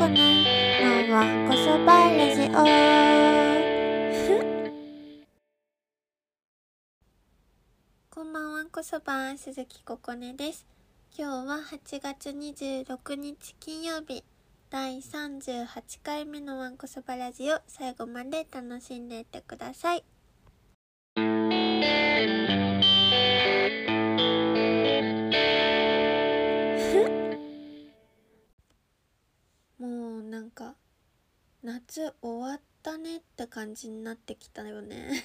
こねのわんこそばラジオこんばんは、こそば鈴木ここねです。今日は8月26日金曜日、第38回目のわんこそばラジオ、最後まで楽しんでいってください。もうなんか夏終わったねって感じになってきたよね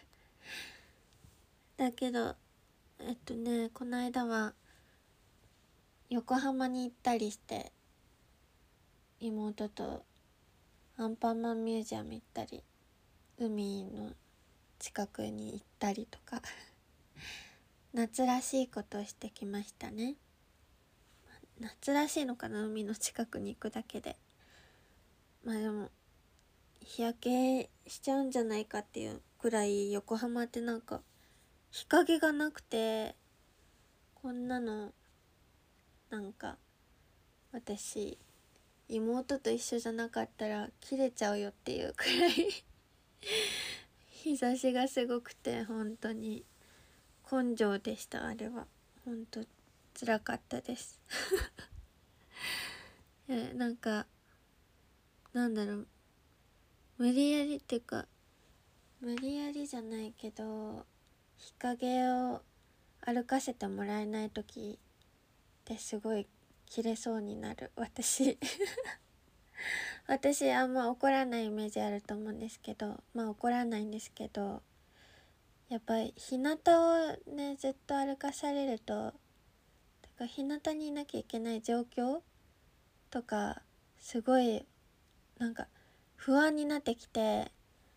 だけどこの間は横浜に行ったりして、妹とアンパンマンミュージアム行ったり、海の近くに行ったりとか夏らしいことをしてきましたね。夏らしいのかな、海の近くに行くだけで。まあでも日焼けしちゃうんじゃないかっていうくらい横浜ってなんか日陰がなくて、こんなのなんか私妹と一緒じゃなかったら切れちゃうよっていうくらい日差しがすごくて、本当に根性でした。あれは本当辛かったですなんかなんだろう、無理やりっていうか無理やりじゃないけど、日陰を歩かせてもらえない時ってすごい切れそうになる私私あんま怒らないイメージあると思うんですけど、まあ怒らないんですけど、やっぱり日向をねずっと歩かされると、だから日向にいなきゃいけない状況とかすごいなんか不安になってきて、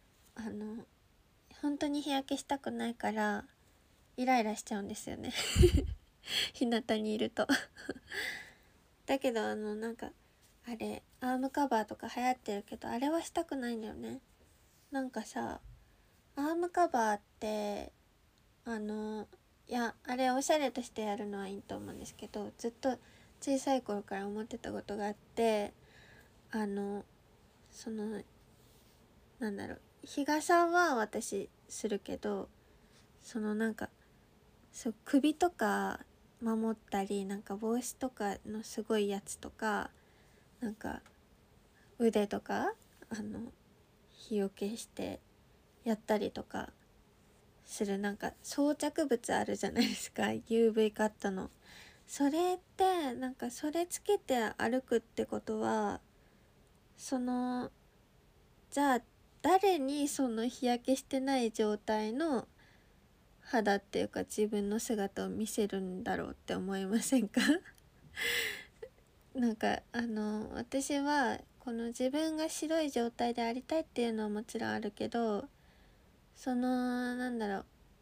本当に日焼けしたくないからイライラしちゃうんですよね日向にいるとだけどなんかあれアームカバーとか流行ってるけど、あれはしたくないんだよね。なんかさ、アームカバーっていやあれおしゃれとしてやるのはいいと思うんですけど、ずっと小さい頃から思ってたことがあって、そのなんだろう、日傘は私するけど、そのなんか首とか守ったり、なんか帽子とかのすごいやつとか、なんか腕とか日よけしてやったりとかする、なんか装着物あるじゃないですかUV カットの。それってなんかそれつけて歩くってことは、じゃあ誰にその日焼けしてない状態の肌っていうか自分の姿を見せるんだろうって思いませんかなんか私はこの自分が白い状態でありたいっていうのはもちろんあるけど、なんだろう、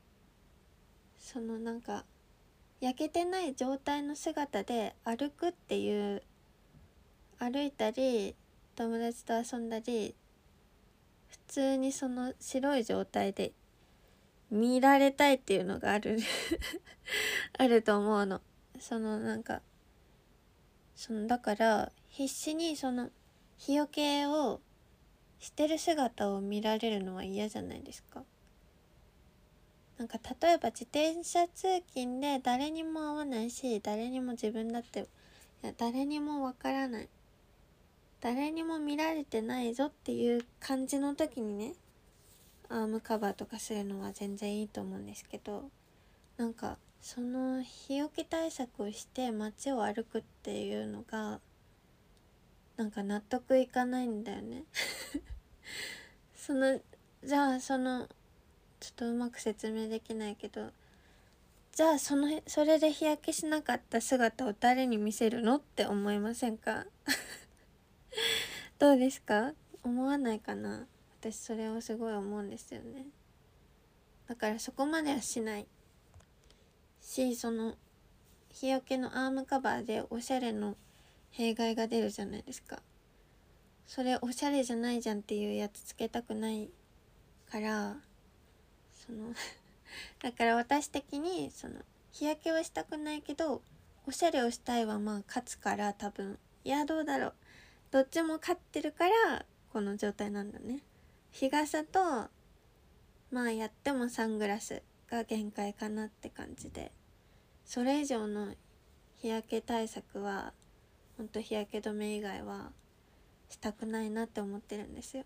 なんか焼けてない状態の姿で歩くっていう、歩いたり友達と遊んだり、普通にその白い状態で見られたいっていうのがあるあると思うの。なんかだから必死に日よけをしてる姿を見られるのは嫌じゃないですか。なんか例えば自転車通勤で誰にも会わないし、誰にも自分だって、いや誰にもわからない、誰にも見られてないぞっていう感じの時にね、アームカバーとかするのは全然いいと思うんですけど、なんかその日よけ対策をして街を歩くっていうのがなんか納得いかないんだよねじゃあちょっとうまく説明できないけど、じゃあそれで日焼けしなかった姿を誰に見せるのって思いませんかどうですか？思わないかな？私それをすごい思うんですよね。だからそこまではしないし、日よけのアームカバーでおしゃれの弊害が出るじゃないですか。それおしゃれじゃないじゃんっていうやつつけたくないから、だから私的に日焼けはしたくないけどおしゃれをしたいはまあ勝つから、多分、いやどうだろう、 どっちも勝ってるからこの状態なんだね。日傘とまあやってもサングラスが限界かなって感じで、それ以上の日焼け対策はほんと日焼け止め以外はしたくないなって思ってるんですよ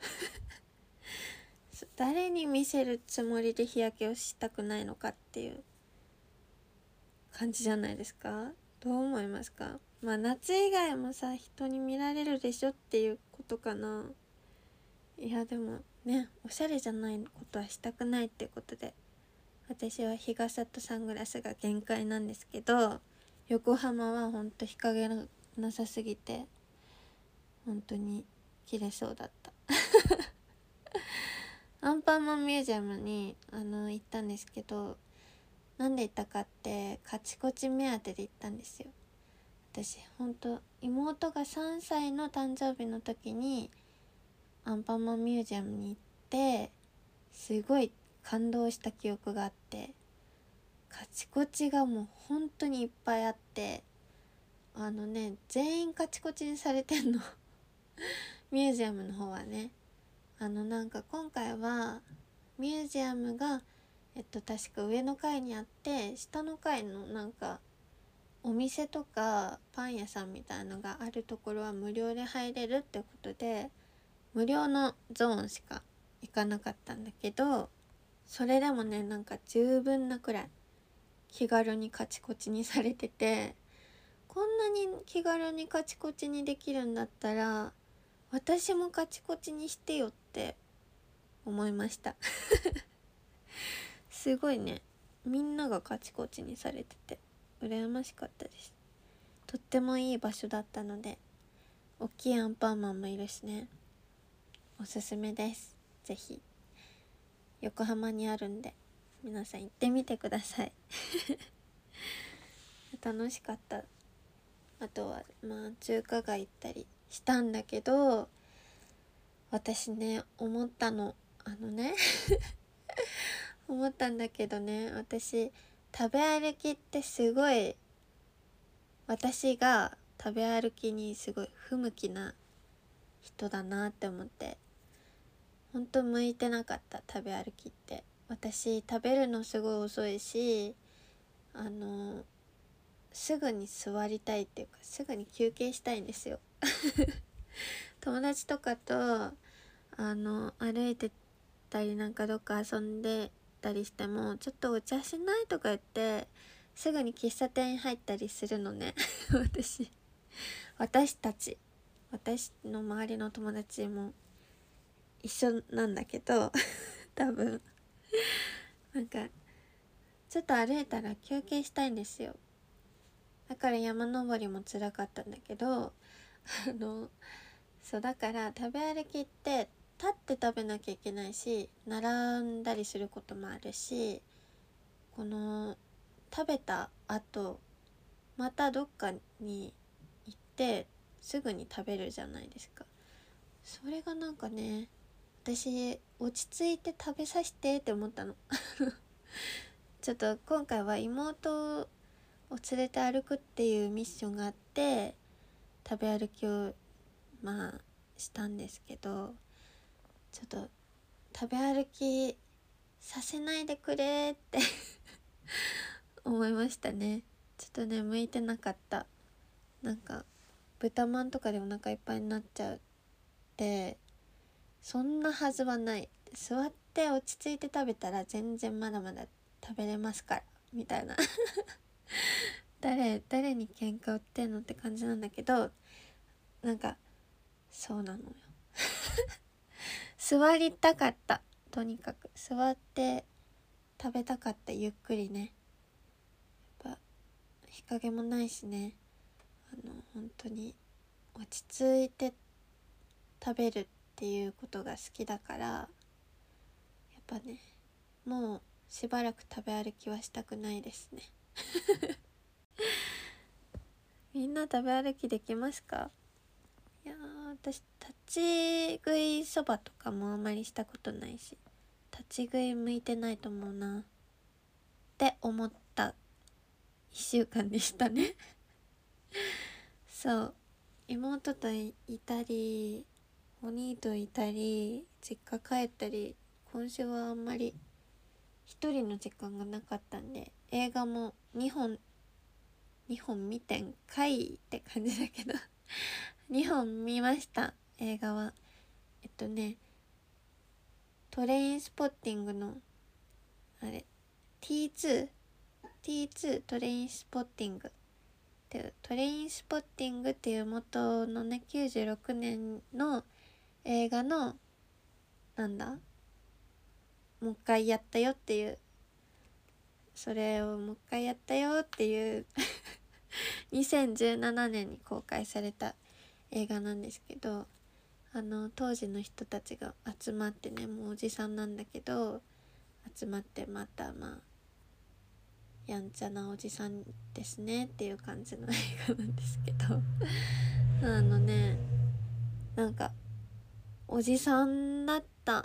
誰に見せるつもりで日焼けをしたくないのかっていう感じじゃないですか。どう思いますか？まあ夏以外もさ人に見られるでしょっていうことかな。いやでもね、おしゃれじゃないことはしたくないっていうことで、私は日傘とサングラスが限界なんですけど、横浜はほんと日陰がなさすぎて本当に切れそうだったアンパンマンミュージアムに行ったんですけど、なんで行ったかってカチコチ目当てで行ったんですよ。私ほんと妹が3歳の誕生日の時にアンパンマンミュージアムに行ってすごい感動した記憶があって、カチコチがもう本当にいっぱいあって、全員カチコチにされてんのミュージアムの方はね。なんか今回はミュージアムが確か上の階にあって、下の階のなんかお店とかパン屋さんみたいのがあるところは無料で入れるってことで、無料のゾーンしか行かなかったんだけど、それでもねなんか十分なくらい気軽にカチコチにされてて、こんなに気軽にカチコチにできるんだったら私もカチコチにしてよって思いましたすごいね、みんながカチコチにされてて羨ましかったです。とってもいい場所だったので、大きいアンパンマンもいるしね、おすすめです。ぜひ横浜にあるんで皆さん行ってみてください楽しかった。あとはまあ中華街行ったりしたんだけど、私ね思ったの思ったんだけどね、私食べ歩きってすごい、私が食べ歩きにすごい不向きな人だなって思って、ほんと向いてなかった。食べ歩きって私食べるのすごい遅いし、すぐに座りたいっていうかすぐに休憩したいんですよ友達とかと歩いてたりなんかどっか遊んでたりしても、ちょっとお茶しないとか言ってすぐに喫茶店入ったりするのね私の周りの友達も一緒なんだけど多分なんかちょっと歩いたら休憩したいんですよ。だから山登りも辛かったんだけどそうだから食べ歩きって立って食べなきゃいけないし、並んだりすることもあるし、この食べた後またどっかに行ってすぐに食べるじゃないですか。それがなんかね、私落ち着いて食べさせてって思ったのちょっと今回は妹を連れて歩くっていうミッションがあって食べ歩きをまあしたんですけど、ちょっと食べ歩きさせないでくれって思いましたね。ちょっとね向いてなかった。なんか豚まんとかでお腹いっぱいになっちゃうって、そんなはずはない。座って落ち着いて食べたら全然まだまだ食べれますからみたいな誰に喧嘩売ってんのって感じなんだけど、なんかそうなのよ座りたかった。とにかく座って食べたかった。ゆっくりね。やっぱ日陰もないしね、本当に落ち着いて食べるっていうことが好きだから、やっぱねもうしばらく食べ歩きはしたくないですねみんな食べ歩きできますか？いや私立ち食いそばとかもあんまりしたことないし、立ち食い向いてないと思うなって思った1週間でしたねそう、 妹といたりお兄といたり実家帰ったり、今週はあんまり一人の時間がなかったんで、映画も2本見てんかいって感じだけど2本見ました。映画はトレインスポッティングのあれ T2 トレインスポッティングっていう、トレインスポッティングっていう元のね96年の映画のなんだもう一回やったよっていう、それをもう一回やったよっていう2017年に公開された映画なんですけど、当時の人たちが集まってね、もうおじさんなんだけど集まってまたやんちゃなおじさんですねっていう感じの映画なんですけどなんかおじさんだった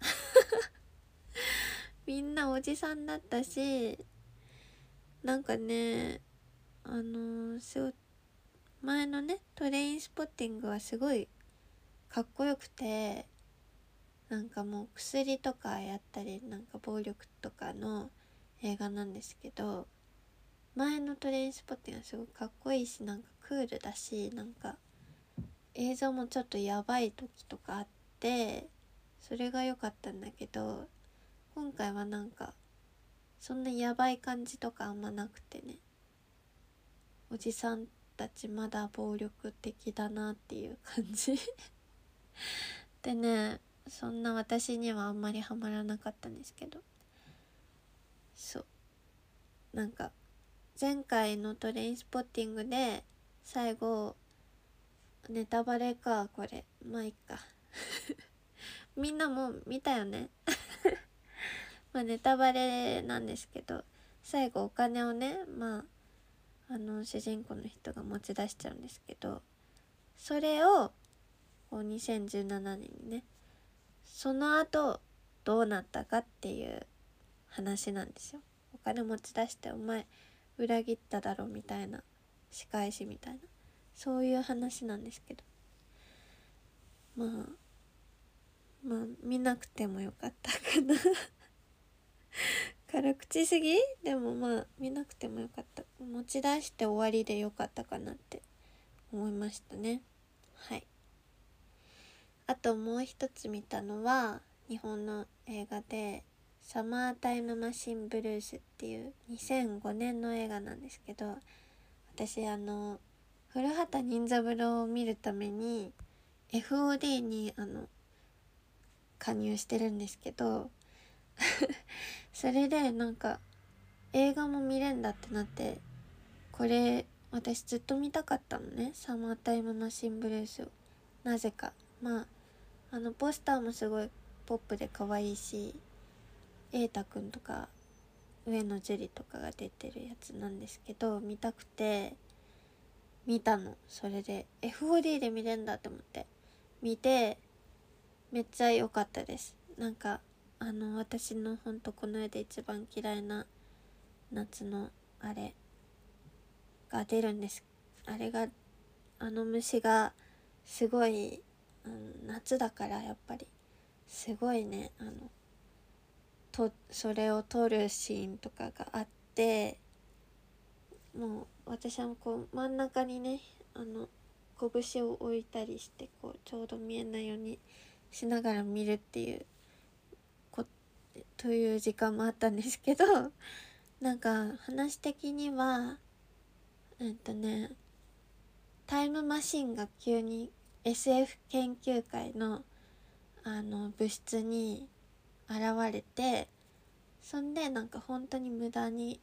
みんなおじさんだったし、なんかねすごい前のねトレインスポッティングはすごいかっこよくて、なんかもう薬とかやったりなんか暴力とかの映画なんですけど、前のトレインスポッティングはすごいかっこいいし、なんかクールだし、なんか映像もちょっとやばい時とかあって、それが良かったんだけど、今回はなんかそんなやばい感じとかあんまなくてね、おじさんたちまだ暴力的だなっていう感じでね、そんな私にはあんまりハマらなかったんですけど、そうなんか前回のトレインスポッティングで最後ネタバレかこれ、まあいっかみんなもう見たよねまあネタバレなんですけど、最後お金をね主人公の人が持ち出しちゃうんですけど、それをこう2017年にね、その後どうなったかっていう話なんですよ。お金持ち出してお前裏切っただろみたいな、仕返しみたいな、そういう話なんですけど、見なくてもよかったかな辛口すぎ？でも見なくてもよかった、持ち出して終わりでよかったかなって思いましたね。はい。あともう一つ見たのは日本の映画でサマータイムマシンブルースっていう2005年の映画なんですけど、私古畑任三郎を見るために FOD に加入してるんですけどそれでなんか映画も見れんだってなって、これ私ずっと見たかったのね、サマータイムマシンブルースを。なぜかポスターもすごいポップで可愛いし、瑛太くんとか上野樹里とかが出てるやつなんですけど、見たくて見たの。それで FOD で見れんだって思って見て、めっちゃ良かったです。なんか私のほんとこの世で一番嫌いな夏のあれが出るんです。あれが虫がすごい、夏だからやっぱりすごいね、それを撮るシーンとかがあって、もう私はこう真ん中にね拳を置いたりして、こうちょうど見えないようにしながら見るっていうという時間もあったんですけど、なんか話的にはタイムマシンが急に SF 研究会の物質に現れて、そんでなんか本当に無駄に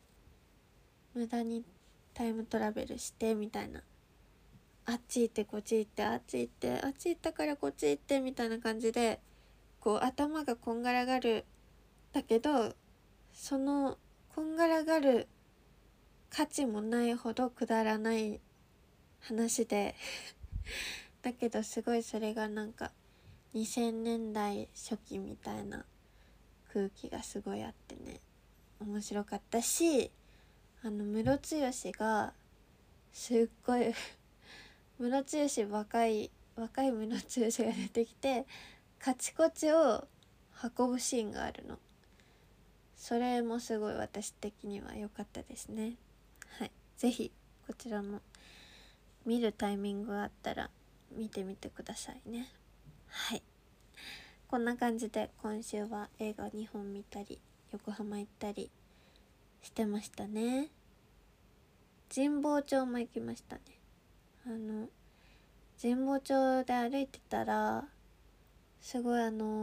タイムトラベルしてみたいな、あっち行ってこっち行ってあっち行ってあっち行ったからこっち行ってみたいな感じで、こう頭がこんがらがるだけど、そのこんがらがる価値もないほどくだらない話でだけどすごいそれがなんか2000年代初期みたいな空気がすごいあってね、面白かったし、ムロツヨシがすっごいムロツヨシ若いムロツヨシが出てきてカチコチを運ぶシーンがあるの。それもすごい私的には良かったですね。はい、ぜひこちらも見るタイミングがあったら見てみてくださいね。はい、こんな感じで今週は映画2本見たり横浜行ったりしてましたね。神保町も行きましたね。神保町で歩いてたらすごい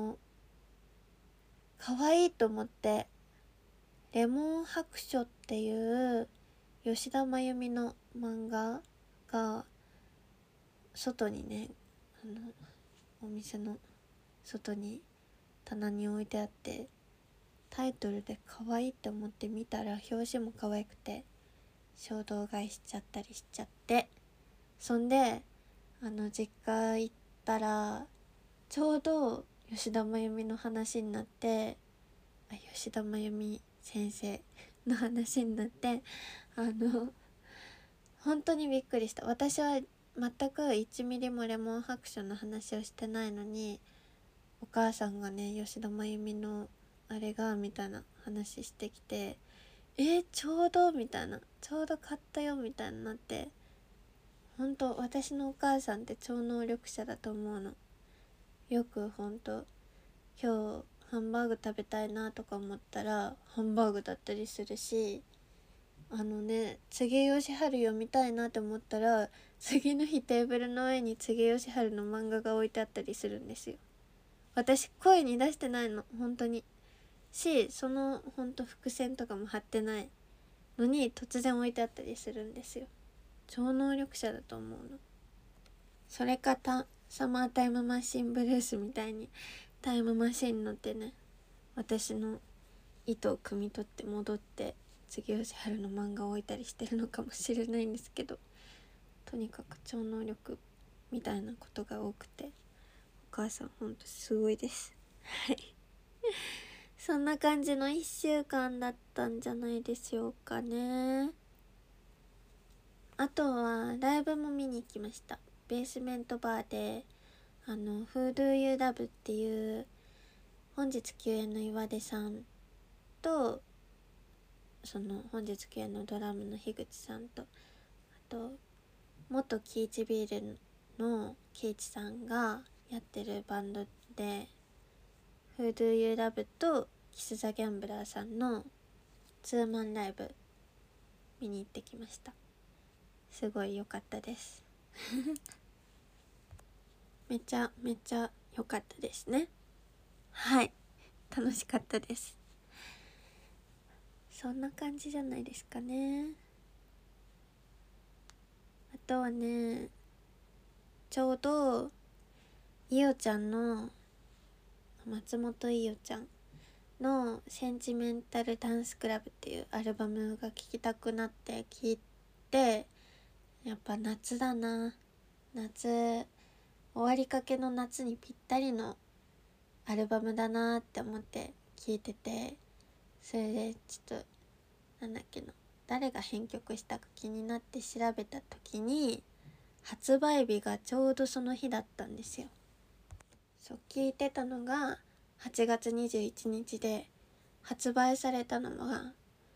可愛いと思ってレモン白書っていう吉田真由美の漫画が外にねお店の外に棚に置いてあって、タイトルで可愛いって思って見たら表紙も可愛くて衝動買いしちゃったりしちゃって、そんで実家行ったらちょうど吉田真由美の話になって、吉田真由美先生の話になって本当にびっくりした。私は全く1ミリもレモン白書の話をしてないのに、お母さんがね吉田真由美のあれがみたいな話してきて、ちょうどみたいな、ちょうど買ったよみたいになって、本当私のお母さんって超能力者だと思うの。よく本当今日ハンバーグ食べたいなとか思ったらハンバーグだったりするし、柘植義治読みたいなと思ったら次の日テーブルの上に柘植義治の漫画が置いてあったりするんですよ。私声に出してないの本当にその本当伏線とかも貼ってないのに突然置いてあったりするんですよ。超能力者だと思うの。それかサマータイムマシンブルースみたいにタイムマシンに乗ってね、私の糸を汲み取って戻って次吉春の漫画を置いたりしてるのかもしれないんですけど、とにかく超能力みたいなことが多くて、お母さんほんとすごいですはいそんな感じの1週間だったんじゃないでしょうかね。あとはライブも見に行きました。ベースメントバーでWho Do You Love っていう本日休演の岩出さんと、その本日休演のドラムの樋口さんと、あと元キイチビールのキイチさんがやってるバンドで Who Do You Love とキス・ザ・ギャンブラーさんのツーマンライブ見に行ってきました。すごい良かったですめちゃめちゃ良かったですね。はい、楽しかったです。そんな感じじゃないですかね。あとはね、ちょうどいおちゃんの松本いおちゃんのセンチメンタルダンスクラブっていうアルバムが聴きたくなって聴いて、やっぱ夏だな、終わりかけの夏にぴったりのアルバムだなって思って聴いてて、それでちょっと誰が編曲したか気になって調べた時に発売日がちょうどその日だったんですよ。そう聞いてたのが8月21日で、発売されたのが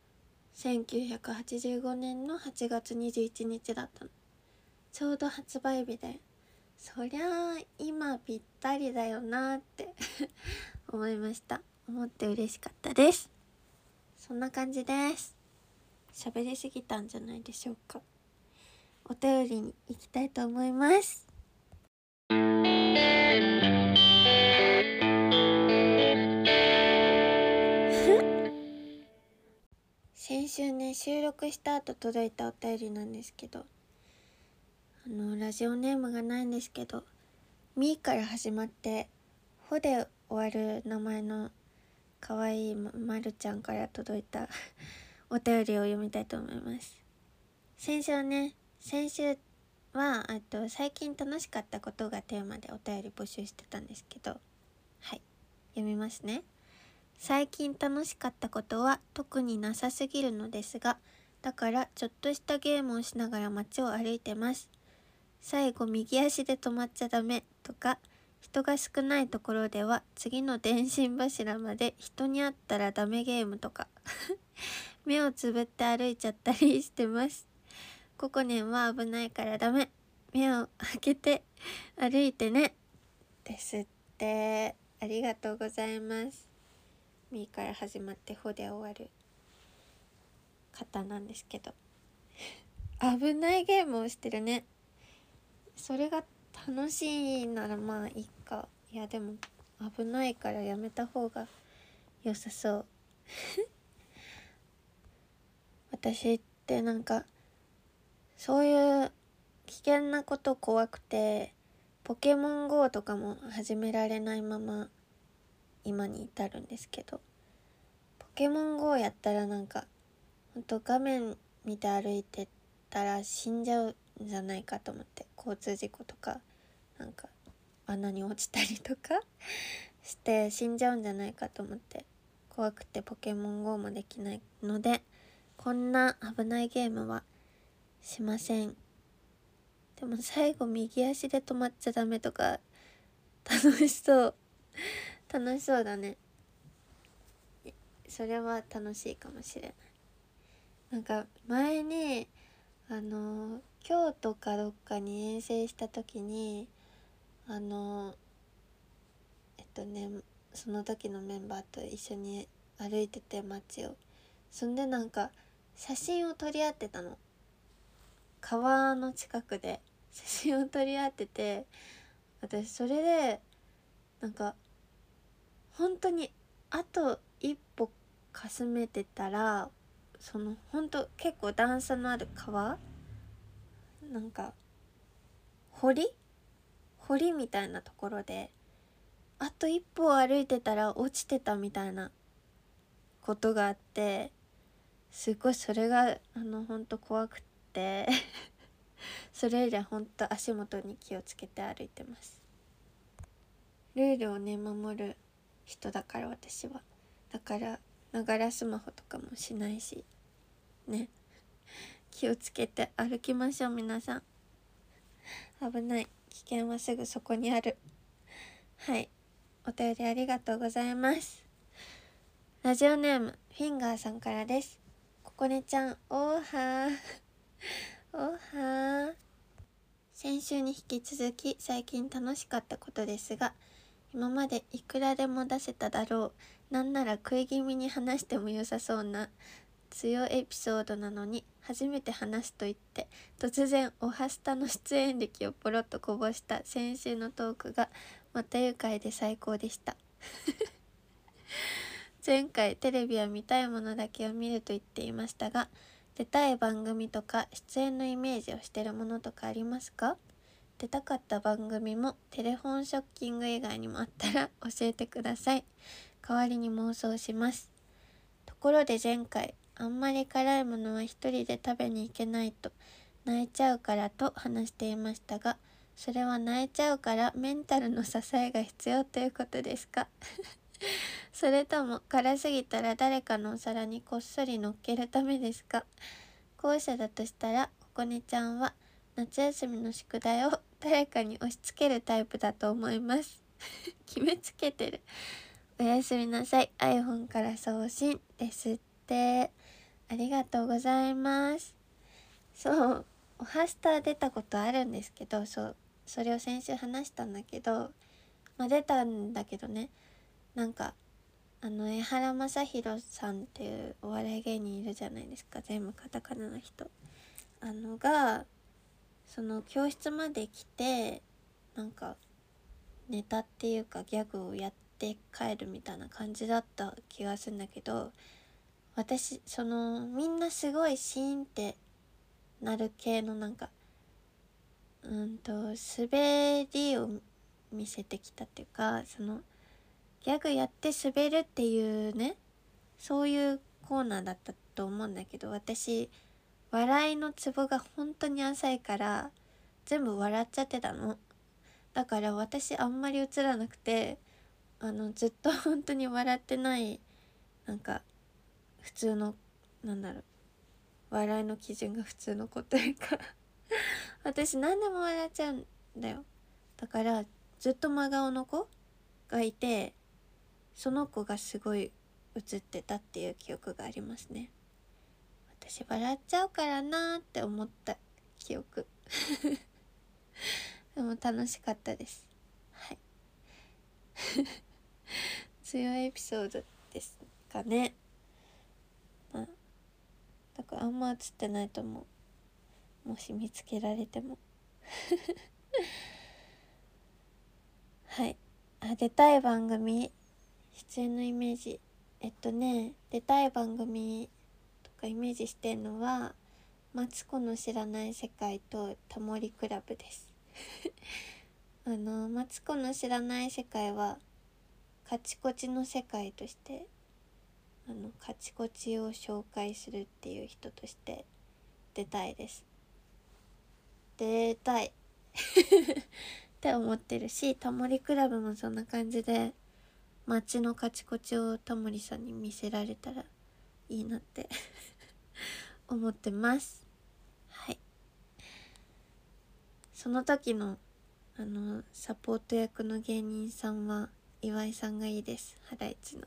1985年の8月21日だったの。ちょうど発売日で、そりゃあ今ぴったりだよなって思いました。思って嬉しかったです。そんな感じです。喋りすぎたんじゃないでしょうか。お便りに行きたいと思います。先週ね、収録した後届いたお便りなんですけど、ラジオネームがないんですけど、みーから始まってほで終わる名前のかわいいまるちゃんから届いたお便りを読みたいと思います。先週は最近楽しかったことがテーマでお便り募集してたんですけど、はい、読みますね。最近楽しかったことは特になさすぎるのですが、だからちょっとしたゲームをしながら街を歩いてます。 最後右足で止まっちゃダメとか、人が少ないところでは次の電信柱まで人に会ったらダメゲームとか目をつぶって歩いちゃったりしてます。ココネンは危ないからダメ、目を開けて歩いてねですって。ありがとうございます。ミーから始まってホで終わる方なんですけど危ないゲームをしてるね。それが楽しいならまあいいか。いやでも危ないからやめた方が良さそう私ってなんかそういう危険なこと怖くて、ポケモン GO とかも始められないまま今に至るんですけど、ポケモン GO やったらなんかほんと画面見て歩いてたら死んじゃうんじゃないかと思って、交通事故とかなんか穴に落ちたりとかして死んじゃうんじゃないかと思って怖くてポケモン GO もできないので、こんな危ないゲームはしません。でも最後右足で止まっちゃダメとか楽しそう楽しそうだね。それは楽しいかもしれない。なんか前に京都かどっかに遠征した時にその時のメンバーと一緒に歩いてて街を、そんでなんか写真を撮り合ってたの。川の近くで写真を撮り合ってて、私それでなんか本当にあと一歩かすめてたら、その本当結構段差のある川、なんか堀みたいなところであと一歩歩いてたら落ちてたみたいなことがあって、すごいそれがほんと怖くってそれ以来ほんと足元に気をつけて歩いてます。ルールをね守る人だから私は。だからながらスマホとかもしないしね、気をつけて歩きましょう皆さん。危ない、危険はすぐそこにある。はい、お便りありがとうございます。ラジオネームフィンガーさんからです。ここねちゃんおはーおはー。先週に引き続き最近楽しかったことですが、今までいくらでも出せただろう、なんなら食い気味に話しても良さそうな強エピソードなのに初めて話すと言って突然おはスタの出演歴をポロッとこぼした先週のトークがまた愉快で最高でした前回テレビは見たいものだけを見ると言っていましたが、出たい番組とか出演のイメージをしてるものとかありますか？出たかった番組もテレフォンショッキング以外にもあったら教えてください。代わりに妄想します。ところで前回あんまり辛いものは一人で食べに行けないと泣いちゃうからと話していましたが、それは泣いちゃうからメンタルの支えが必要ということですか？それとも辛すぎたら誰かのお皿にこっそり乗っけるためですか？後者だとしたらここねちゃんは夏休みの宿題を誰かに押し付けるタイプだと思います決めつけてる。おやすみなさい。 iPhone から送信ですって。ありがとうございます。そう、おはスタ出たことあるんですけど、それを先週話したんだけど、出たんだけどね、なんか江原正宏さんっていうお笑い芸人いるじゃないですか、全部カタカナの人がその教室まで来てなんかネタっていうかギャグをやって帰るみたいな感じだった気がするんだけど、私みんなすごいシーンってなる系のなんか滑りを見せてきたっていうか、ギャグやって滑るっていうね、そういうコーナーだったと思うんだけど、私笑いのツボが本当に浅いから全部笑っちゃってたの。だから私あんまり映らなくてずっと本当に笑ってない、なんか普通の笑いの基準が普通の子というか私何でも笑っちゃうんだよ。だからずっと真顔の子がいて、その子がすごい映ってたっていう記憶がありますね。私笑っちゃうからなーって思った記憶でも楽しかったです。はい強いエピソードですかね。だからあんま映ってないと思う、もし見つけられてもはい。出たい番組、出演のイメージ、出たい番組とかイメージしてんのは、マツコの知らない世界とタモリクラブですマツコの知らない世界はカチコチの世界として、カチコチを紹介するっていう人として出たいです。出たいって思ってるし、タモリクラブもそんな感じで街のカチコチをタモリさんに見せられたらいいなって思ってます。はい。その時のサポート役の芸人さんは岩井さんがいいです。ハライチの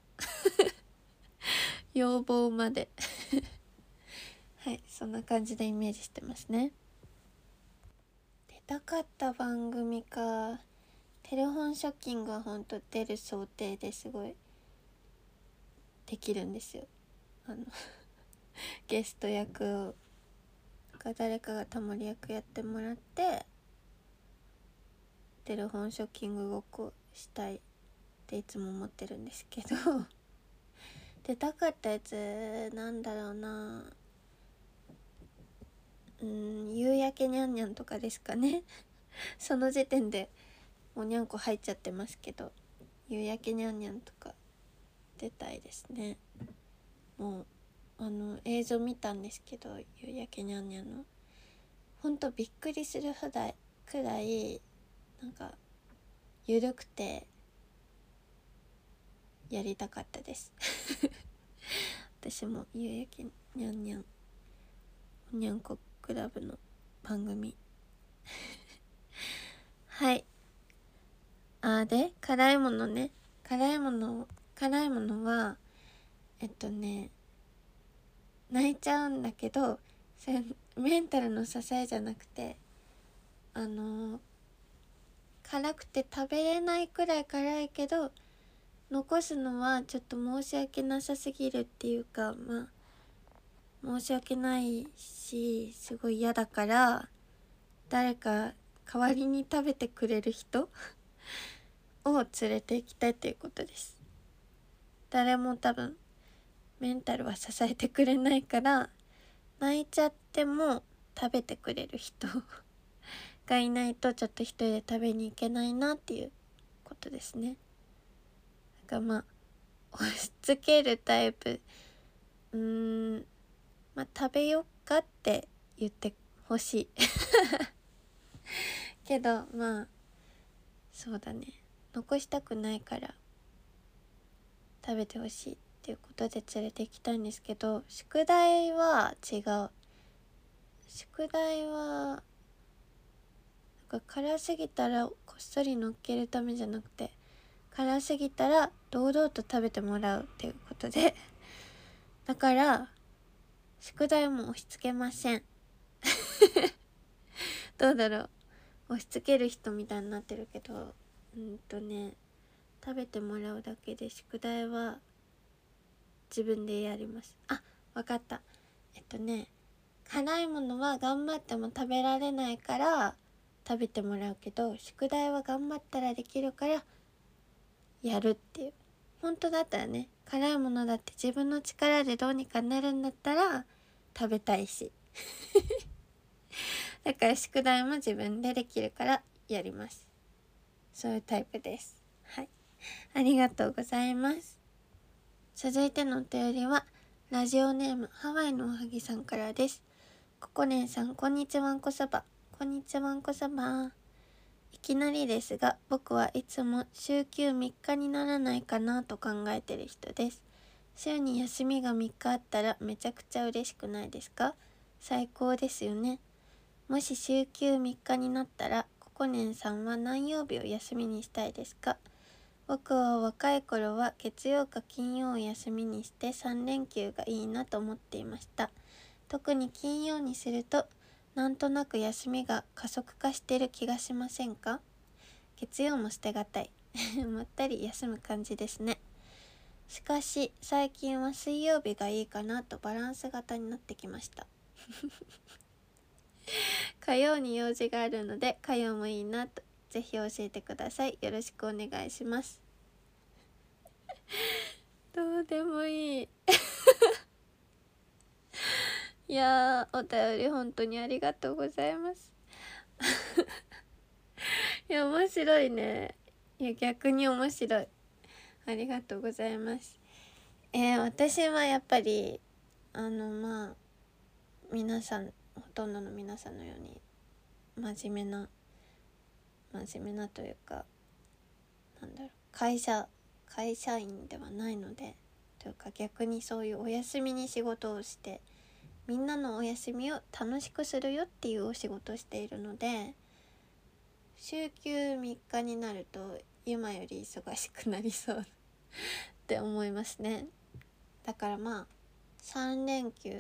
要望まではい、そんな感じでイメージしてますね。出たかった番組か。テレフォンショッキングはほんと出る想定ですごいできるんですよ。ゲスト役が誰かがタモリ役やってもらってテレフォンショッキングごっこしたいっていつも思ってるんですけど出たかったやつなんだろうな。夕焼けにゃんにゃんとかですかねその時点でもうにゃんこ入っちゃってますけど、夕焼けにゃんにゃんとか出たいですね。もう映像見たんですけど、夕焼けにゃんにゃんのほんとびっくりするくらいなんか緩くてやりたかったです私も夕焼けにゃんにゃんおにゃんこクラブの番組はい。で辛いものね。辛いものは泣いちゃうんだけど、それメンタルの支えじゃなくて、辛くて食べれないくらい辛いけど残すのはちょっと申し訳なさすぎるっていうか、申し訳ないしすごい嫌だから、誰か代わりに食べてくれる人を連れて行きたいっていうことです。誰も多分メンタルは支えてくれないから、泣いちゃっても食べてくれる人がいないとちょっと一人で食べに行けないなっていうことですね。だから押し付けるタイプ、食べよっかって言ってほしいけどそうだね、残したくないから食べてほしいっていうことで連れて行きたいんですけど、宿題は違う。宿題はなんか辛すぎたらこっそり乗っけるためじゃなくて、辛すぎたら堂々と食べてもらうっていうことでだから宿題も押し付けませんどうだろう、押し付ける人みたいになってるけど、食べてもらうだけで、宿題は自分でやります。わかった。辛いものは頑張っても食べられないから食べてもらうけど、宿題は頑張ったらできるからやるっていう。本当だったらね、辛いものだって自分の力でどうにかなるんだったら食べたいしだから宿題も自分でできるからやります。そういうタイプです。はい、ありがとうございます。続いてのお便りはラジオネームハワイのおはぎさんからです。ココネンさん、こんにちはんこそば。こんにちはんこそば。いきなりですが、僕はいつも週休3日にならないかなと考えてる人です。週に休みが3日あったらめちゃくちゃ嬉しくないですか？最高ですよね。 もし週休3日になったらココネンさんは何曜日を休みにしたいですか？僕は若い頃は月曜か金曜を休みにして3連休がいいなと思っていました。特に金曜にするとなんとなく休みが加速化してる気がしませんか？月曜も捨てがたいまったり休む感じですね。しかし最近は水曜日がいいかなとバランス型になってきました火曜に用事があるので火曜もいいなと。ぜひ教えてください。よろしくお願いしますどうでもいいいやー、お便り本当にありがとうございますいや面白いね。いや逆に面白い。ありがとうございます。私はやっぱりまあ皆さん、ほとんどの皆さんのように真面目なというか、なんだろう、会社員ではないので、というか逆にそういうお休みに仕事をしてみんなのお休みを楽しくするよっていうお仕事をしているので、週休3日になると今より忙しくなりそうって思いますね。だからまあ3連休、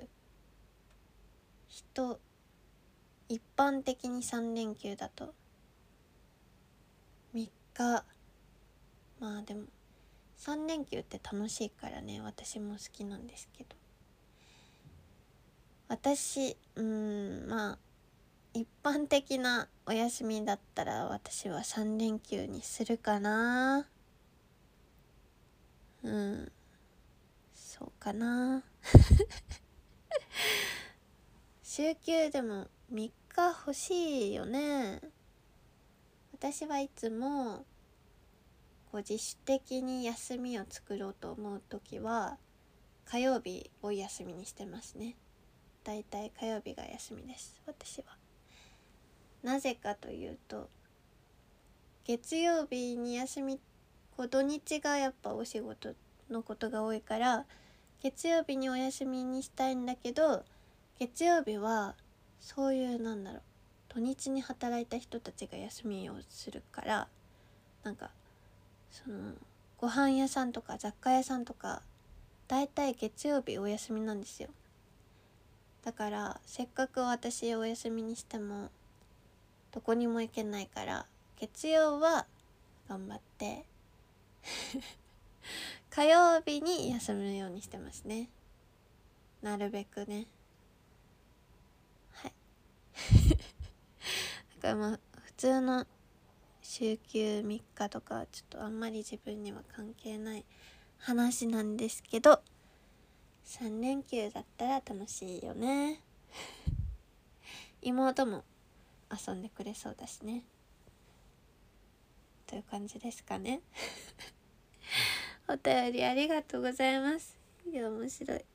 一般的に3連休だと3日、まあでも3連休って楽しいからね、私も好きなんですけど、まあ一般的なお休みだったら私は3連休にするかな。そうかな週休でも3日欲しいよね。私はいつもこう自主的に休みを作ろうと思うときは火曜日を休みにしてますね。だいたい火曜日が休みです、私は。なぜかというと、月曜日に休み、土日がやっぱお仕事のことが多いから月曜日にお休みにしたいんだけど、月曜日はそういう土日に働いた人たちが休みをするから、ご飯屋さんとか雑貨屋さんとかだいたい月曜日お休みなんですよ。だからせっかく私お休みにしてもどこにも行けないから、月曜は頑張って火曜日に休むようにしてますね、なるべくね。はいだからまあ普通の週休3日とかはちょっとあんまり自分には関係ない話なんですけど、3連休だったら楽しいよね妹も遊んでくれそうだしね、という感じですかねお便りありがとうございます。いや面白い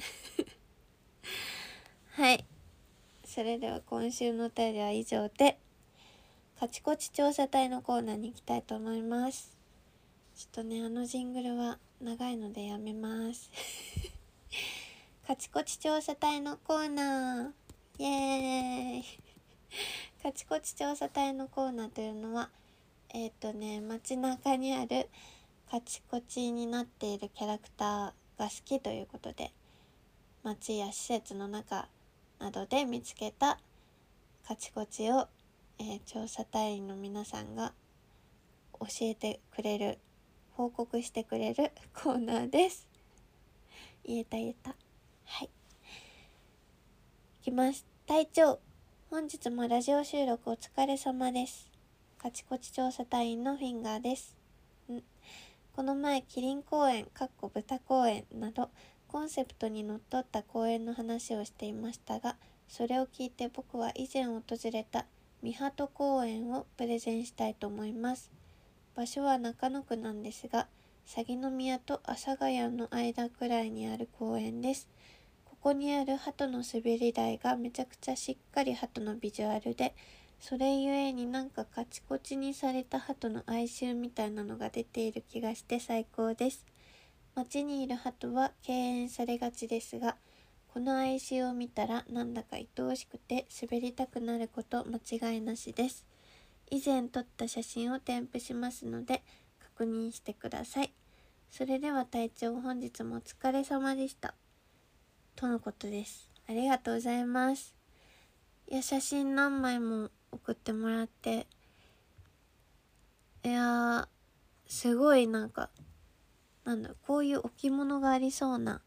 はい、それでは今週のお便りは以上で、カチコチ調査隊のコーナーに行きたいと思います。ちょっとね、ジングルは長いのでやめますカチコチ調査隊のコーナー、イエーイカチコチ調査隊のコーナーというのは街中にあるカチコチになっているキャラクターが好きということで、街や施設の中などで見つけたカチコチを、調査隊員の皆さんが教えてくれる、報告してくれるコーナーです。言えたはい、いきます。隊長、本日もラジオ収録お疲れ様です。カチコチ調査隊員のフィンガーです。この前キリン公園豚公園などコンセプトにのっとった公園の話をしていましたが、それを聞いて僕は以前訪れた三鳩公園をプレゼンしたいと思います。場所は中野区なんですが、鷺宮と阿佐ヶ谷の間くらいにある公園です。ここにある鳩の滑り台がめちゃくちゃしっかり鳩のビジュアルで、それゆえにカチコチにされた鳩の哀愁みたいなのが出ている気がして最高です。街にいる鳩は敬遠されがちですが、 この哀愁を見たらなんだか愛おしくて滑りたくなること間違いなしです。以前撮った写真を添付しますので確認してください。それでは隊長、本日もお疲れ様でした。とのことです。ありがとうございます。いや、写真何枚も送ってもらって、いやー、すごいなんか、こういう置物がありそうな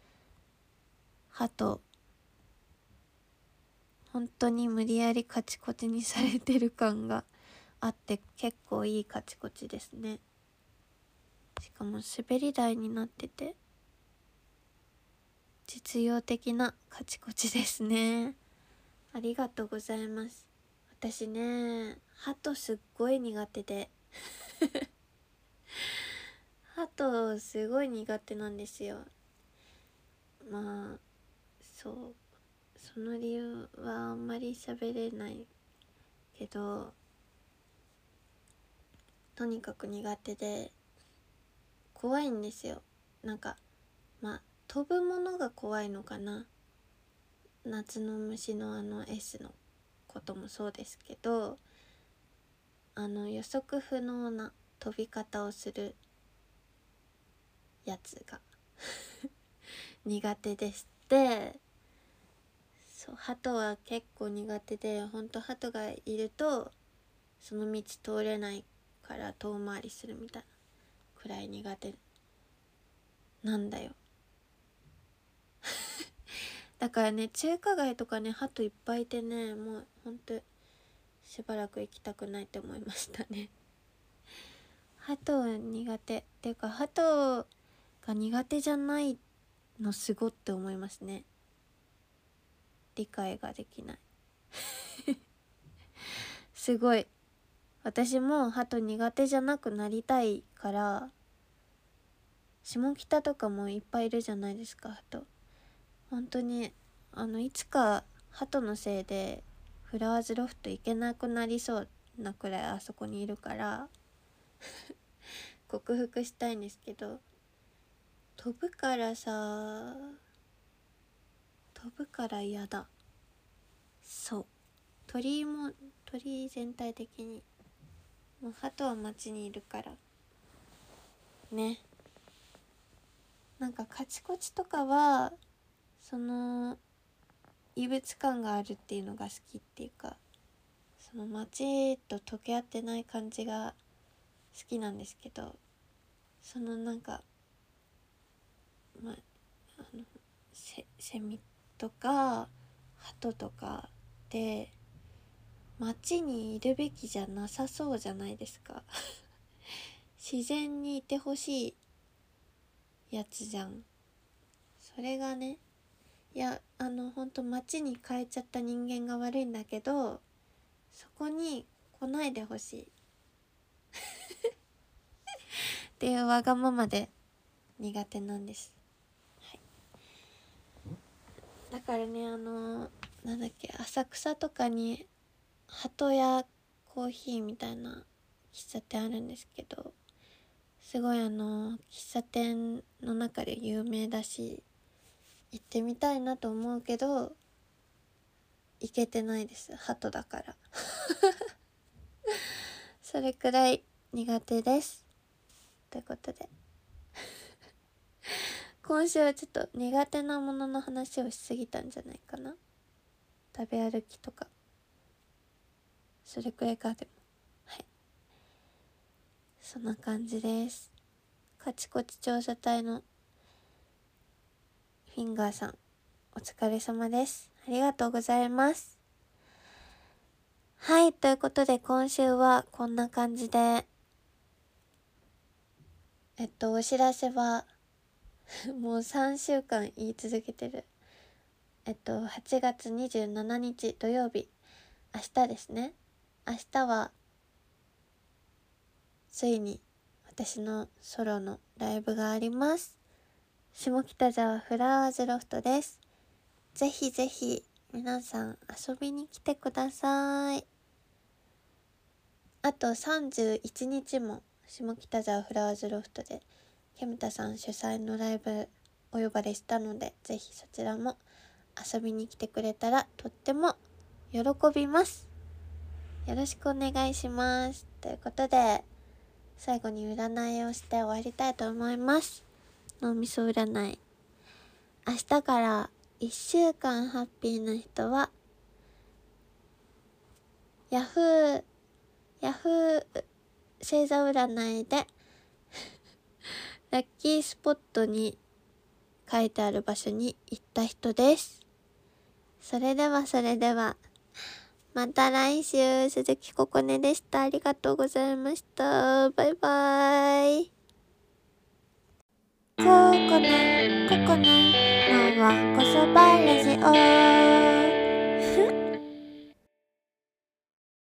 鳩、本当に無理やりカチコチにされてる感があって結構いいカチコチですね。しかも滑り台になってて実用的なカチコチですね。ありがとうございます。私ね、鳩すっごい苦手で鳩すごい苦手なんですよ。まあそうその理由はあんまり喋れないけど、とにかく苦手で怖いんですよ。なんかまあ飛ぶものが怖いのかな。夏の虫のS のこともそうですけど、予測不能な飛び方をするやつが苦手でして、そう、鳩は結構苦手で、ほんと鳩がいるとその道通れないから遠回りするみたいなくらい苦手なんだよだからね、中華街とかね、鳩いっぱいいてね、もうほんとしばらく行きたくないって思いましたね鳩苦手っていうか、鳩が苦手じゃないのすごって思いますね。理解ができないすごい。私も鳩苦手じゃなくなりたいから、下北とかもいっぱいいるじゃないですか、鳩。本当にいつか鳩のせいでフラワーズロフト行けなくなりそうなくらいあそこにいるから克服したいんですけど、飛ぶから嫌だ。そう、鳥全体的に、もう鳩は街にいるからね。なんかカチコチとかはその異物感があるっていうのが好きっていうか、その街と溶け合ってない感じが好きなんですけど、そのなんかまあセミとか鳩とかで街にいるべきじゃなさそうじゃないですか自然にいてほしいやつじゃん。それがね、いやほんと街に変えちゃった人間が悪いんだけど、そこに来ないでほしいっていうわがままで苦手なんです、はい、だからね、なんだっけ、浅草とかに鳩屋コーヒーみたいな喫茶店あるんですけど、すごい喫茶店の中で有名だし行ってみたいなと思うけど行けてないです、鳩だからそれくらい苦手です。ということで今週はちょっと苦手なものの話をしすぎたんじゃないかな。食べ歩きとかそれくらいか。でもはい、そんな感じです。カチコチ調査隊のフィンガーさん、お疲れ様です。ありがとうございます。はい、ということで今週はこんな感じで、お知らせはもう3週間言い続けてる。8月27日土曜日、明日ですね。明日はついに私のソロのライブがあります。下北沢フラワーズロフトです。ぜひぜひ皆さん遊びに来てください。あと31日も下北沢フラワーズロフトでケムタさん主催のライブお呼ばれしたので、ぜひそちらも遊びに来てくれたらとっても喜びます。よろしくお願いします。ということで、最後に占いをして終わりたいと思います。脳みそ占い。明日から1週間ハッピーな人は、ヤフー星座占いでラッキースポットに書いてある場所に行った人です。それでは、また来週、鈴木ここねでした。ありがとうございました。バイバーイ。ここねのわんこそばラジオ。